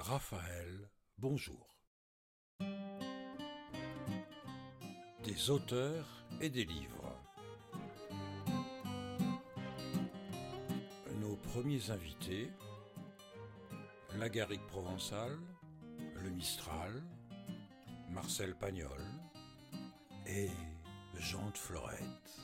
Raphaël, bonjour. Des auteurs et des livres. Nos premiers invités, la garrigue provençale, le Mistral, Marcel Pagnol et Jean de Florette.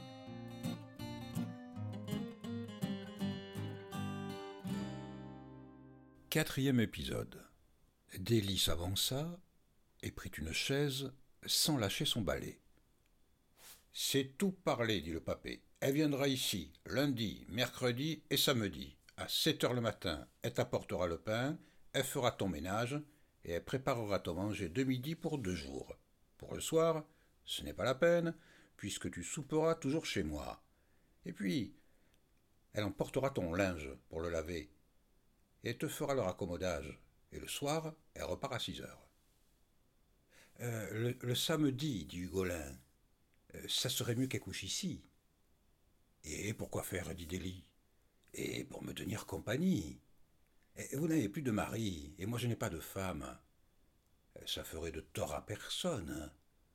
Quatrième épisode. Délie s'avança et prit une chaise sans lâcher son balai. « C'est tout parlé, dit le papé. Elle viendra ici, lundi, mercredi et samedi. À 7 heures le matin, elle t'apportera le pain, elle fera ton ménage et elle préparera ton manger de midi pour 2 jours. Pour le soir, ce n'est pas la peine, puisque tu souperas toujours chez moi. Et puis, elle emportera ton linge pour le laver. Et elle te fera le raccommodage. Et le soir, elle repart à 6 heures. Le samedi, dit Hugolin, ça serait mieux qu'elle couche ici. Et pourquoi faire, dit Délie. Et pour me tenir compagnie. Et vous n'avez plus de mari, et moi je n'ai pas de femme. Ça ferait de tort à personne.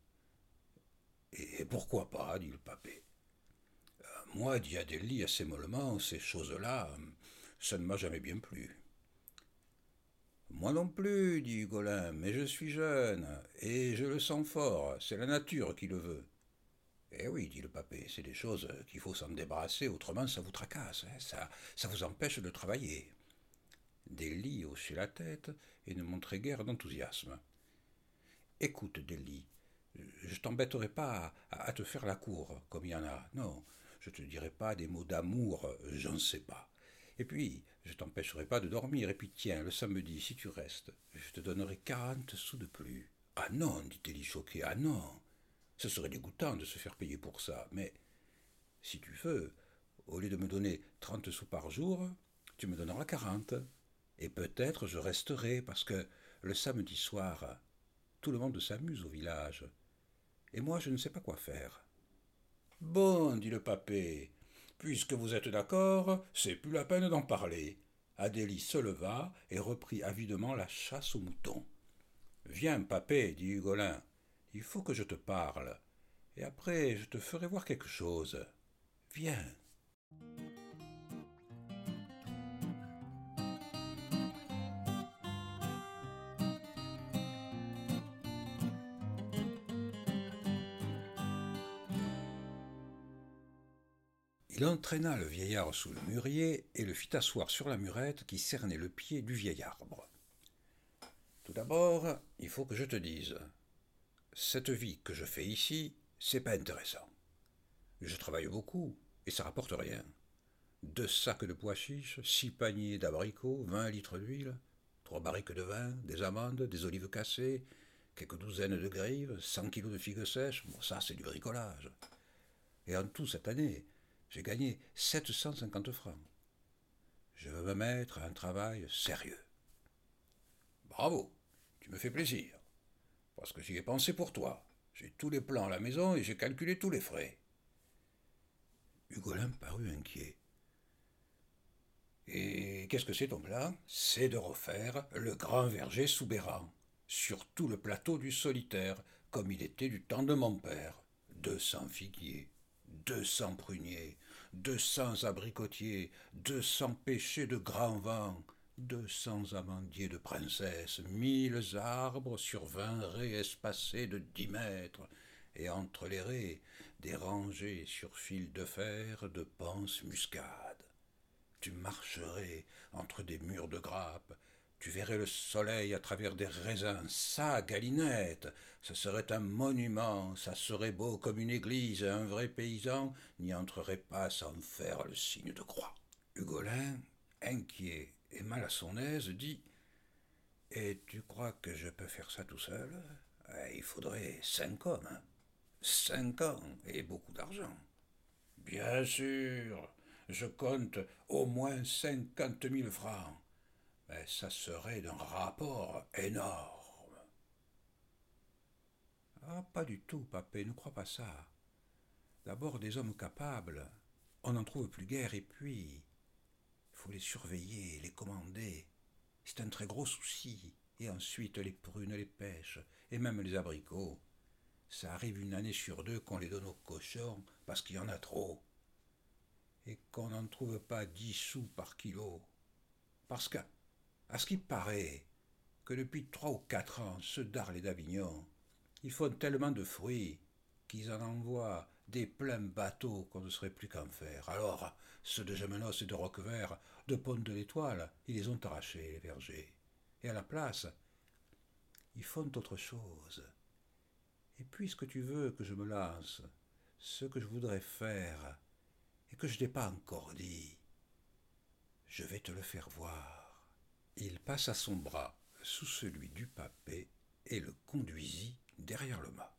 Et pourquoi pas, dit le papé. Moi, dit Adélie assez mollement, ces choses-là, ça ne m'a jamais bien plu. Moi non plus, dit Hugolin, mais je suis jeune, et je le sens fort, c'est la nature qui le veut. Eh oui, dit le papé, c'est des choses qu'il faut s'en débarrasser, autrement ça vous tracasse, ça vous empêche de travailler. Délie hochait la tête et ne montrait guère d'enthousiasme. Écoute, Délie, je t'embêterai pas à te faire la cour, comme il y en a, non, je te dirai pas des mots d'amour, j'en sais pas. Et puis, je t'empêcherai pas de dormir, et puis tiens, le samedi, si tu restes, je te donnerai 40 sous de plus. Ah non, dit Délie choqué, ah non, ce serait dégoûtant de se faire payer pour ça, mais si tu veux, au lieu de me donner 30 sous par jour, tu me donneras 40. Et peut-être je resterai, parce que le samedi soir, tout le monde s'amuse au village. Et moi, je ne sais pas quoi faire. Bon, dit le papé, puisque vous êtes d'accord, c'est plus la peine d'en parler. Adélie se leva et reprit avidement la chasse aux moutons. Viens, papé, dit Hugolin, il faut que je te parle. Et après, je te ferai voir quelque chose. Viens. Il entraîna le vieillard sous le mûrier et le fit asseoir sur la murette qui cernait le pied du vieil arbre. Tout d'abord, il faut que je te dise, cette vie que je fais ici, c'est pas intéressant. Je travaille beaucoup et ça rapporte rien. 2 sacs de pois chiches, 6 paniers d'abricots, 20 litres d'huile, 3 barriques de vin, des amandes, des olives cassées, quelques douzaines de grives, 100 kilos de figues sèches, bon ça c'est du bricolage. Et en tout cette année, j'ai gagné 750 francs. Je veux me mettre à un travail sérieux. Bravo, tu me fais plaisir, parce que j'y ai pensé pour toi. J'ai tous les plans à la maison et j'ai calculé tous les frais. Hugolin parut inquiet. Et qu'est-ce que c'est ton plan? C'est de refaire le grand verger soubérant, sur tout le plateau du Solitaire, comme il était du temps de mon père. 200 figuiers, 200 pruniers, 200 abricotiers, 200 pêchers de grand vent, 200 amandiers de princesse, 1000 arbres sur 20 raies espacées de 10 mètres, et entre les raies, des rangées sur fil de fer de panses muscades. Tu marcherais entre des murs de grappes, tu verrais le soleil à travers des raisins, ça, Galinette, ce serait un monument, ça serait beau comme une église, et un vrai paysan n'y entrerait pas sans faire le signe de croix. Hugolin, inquiet et mal à son aise, dit « Et tu crois que je peux faire ça tout seul? Il faudrait 5 hommes, hein. 5 ans et beaucoup d'argent. » Bien sûr, je compte au moins 50 000 francs. Mais ça serait d'un rapport énorme. Ah, pas du tout, papé, ne crois pas ça. D'abord, des hommes capables, on n'en trouve plus guère, et puis, il faut les surveiller, les commander. C'est un très gros souci. Et ensuite les prunes, les pêches, et même les abricots. Ça arrive une année sur deux qu'on les donne aux cochons parce qu'il y en a trop. Et qu'on n'en trouve pas 10 sous par kilo. Parce qu'à ce qui paraît que depuis 3 ou 4 ans, ceux d'Arles et d'Avignon, ils font tellement de fruits qu'ils en envoient des pleins bateaux qu'on ne saurait plus qu'en faire. Alors, ceux de Gémenos et de Roquevert, de Pont de l'Étoile, ils les ont arrachés, les vergers. Et à la place, ils font autre chose. Et puisque tu veux que je me lance, ce que je voudrais faire, et que je n'ai pas encore dit, je vais te le faire voir. Il passa son bras sous celui du papet et le conduisit derrière le mât.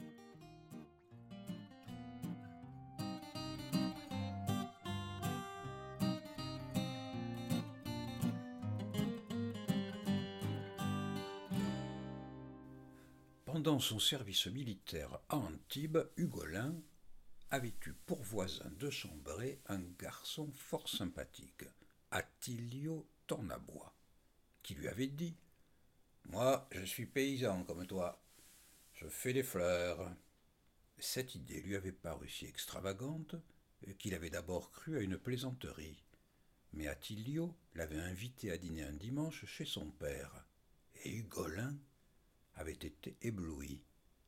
Pendant son service militaire à Antibes, Hugolin avait eu pour voisin de chambrée un garçon fort sympathique, Attilio Tornabois, qui lui avait dit « Moi, je suis paysan comme toi, je fais des fleurs. » Cette idée lui avait paru si extravagante qu'il avait d'abord cru à une plaisanterie. Mais Attilio l'avait invité à dîner un dimanche chez son père, et Hugolin avait été ébloui.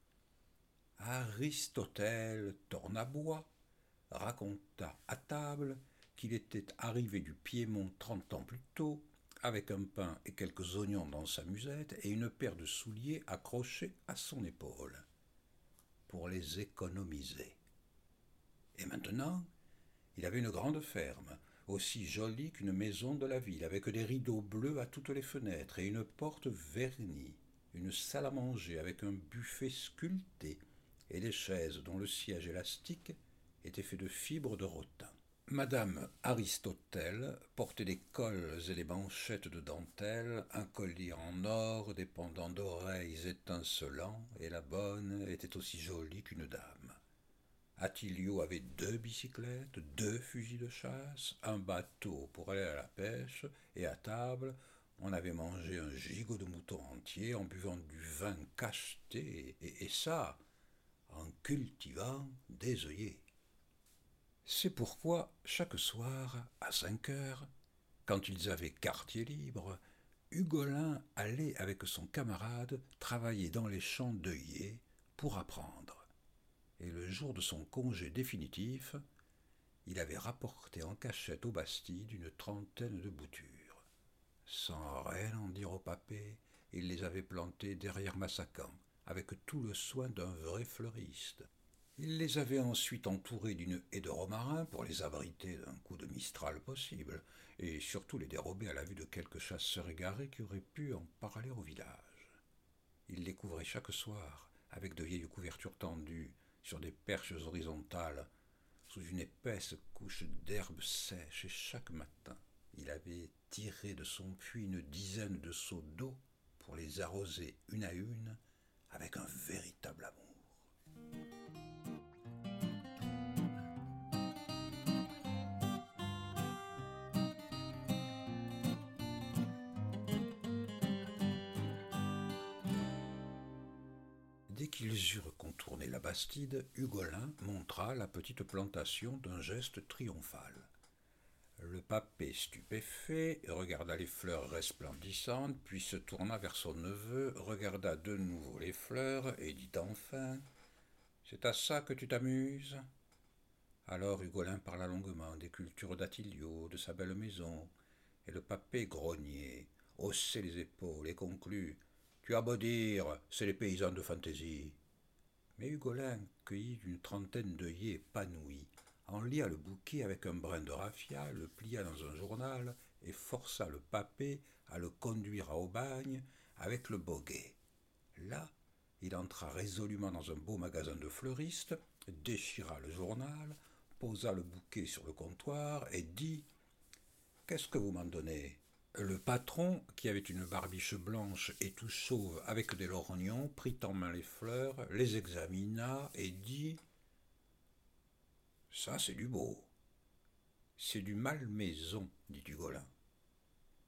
Aristotel Tornabois raconta à table qu'il était arrivé du Piémont 30 ans plus tôt, avec un pain et quelques oignons dans sa musette et une paire de souliers accrochés à son épaule, pour les économiser. Et maintenant, il avait une grande ferme, aussi jolie qu'une maison de la ville, avec des rideaux bleus à toutes les fenêtres et une porte vernie, une salle à manger avec un buffet sculpté et des chaises dont le siège élastique était fait de fibres de rotin. Madame Aristotel portait des cols et des manchettes de dentelle, un collier en or, des pendants d'oreilles étincelants, et la bonne était aussi jolie qu'une dame. Attilio avait 2 bicyclettes, 2 fusils de chasse, un bateau pour aller à la pêche, et à table, on avait mangé un gigot de mouton entier en buvant du vin cacheté, et ça, en cultivant des œillets. C'est pourquoi, chaque soir, à 5 heures, quand ils avaient quartier libre, Hugolin allait avec son camarade travailler dans les champs d'œillets pour apprendre. Et le jour de son congé définitif, il avait rapporté en cachette aux Bastides une trentaine de boutures. Sans rien en dire au papé, il les avait plantées derrière Massacan, avec tout le soin d'un vrai fleuriste. Il les avait ensuite entourées d'une haie de romarin pour les abriter d'un coup de mistral possible, et surtout les dérober à la vue de quelques chasseurs égarés qui auraient pu en parler au village. Il les couvrait chaque soir avec de vieilles couvertures tendues sur des perches horizontales, sous une épaisse couche d'herbes sèches, et chaque matin, il avait tiré de son puits une dizaine de seaux d'eau pour les arroser une à une avec un véritable amour. Dès qu'ils eurent contourné la Bastide, Hugolin montra la petite plantation d'un geste triomphal. Le papé, stupéfait, regarda les fleurs resplendissantes, puis se tourna vers son neveu, regarda de nouveau les fleurs, et dit enfin « C'est à ça que tu t'amuses ?» Alors Hugolin parla longuement des cultures d'Attilio, de sa belle maison, et le papé grognait, haussait les épaules et conclut « Tu as beau dire, c'est les paysans de fantaisie. » Mais Hugolin cueillit une trentaine d'œillets épanouis, en lia le bouquet avec un brin de raffia, le plia dans un journal et força le papé à le conduire à Aubagne avec le boguet. Là, il entra résolument dans un beau magasin de fleuriste, déchira le journal, posa le bouquet sur le comptoir et dit « Qu'est-ce que vous m'en donnez ?» Le patron, qui avait une barbiche blanche et tout chauve avec des lorgnons, prit en main les fleurs, les examina et dit « Ça, c'est du beau. »« C'est du Malmaison, dit Hugolin. »«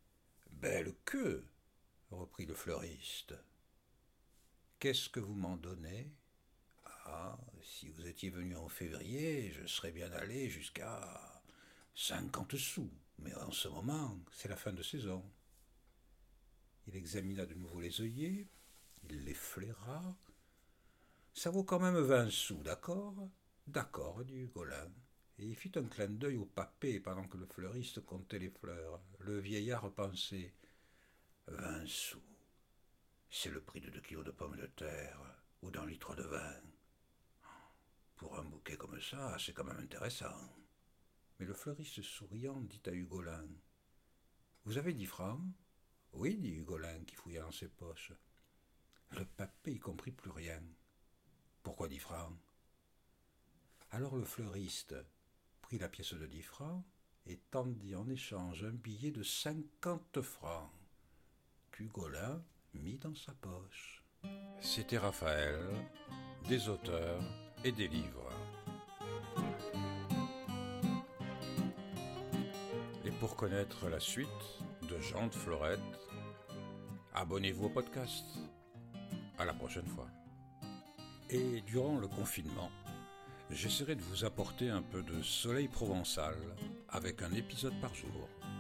belle queue, reprit le fleuriste. Qu'est-ce que vous m'en donnez? Ah, si vous étiez venu en février, je serais bien allé jusqu'à 50 sous, mais en ce moment, c'est la fin de saison. Il examina de nouveau les œillets, il les flaira. Ça vaut quand même 20 sous, d'accord? D'accord, dit Hugolin. Et il fit un clin d'œil au papé pendant que le fleuriste comptait les fleurs. Le vieillard pensait 20 sous. C'est le prix de 2 kilos de pommes de terre ou d'un litre de vin. Pour un bouquet comme ça, c'est quand même intéressant. Mais le fleuriste souriant dit à Hugolin: Vous avez 10 francs? Oui, dit Hugolin qui fouilla dans ses poches. Le papé y comprit plus rien. Pourquoi 10 francs? Alors le fleuriste prit la pièce de 10 francs et tendit en échange un billet de 50 francs qu'Hugolin mit dans sa poche. C'était Raphaël, des auteurs et des livres. Et pour connaître la suite de Jean de Florette, abonnez-vous au podcast. À la prochaine fois. Et durant le confinement, j'essaierai de vous apporter un peu de soleil provençal avec un épisode par jour.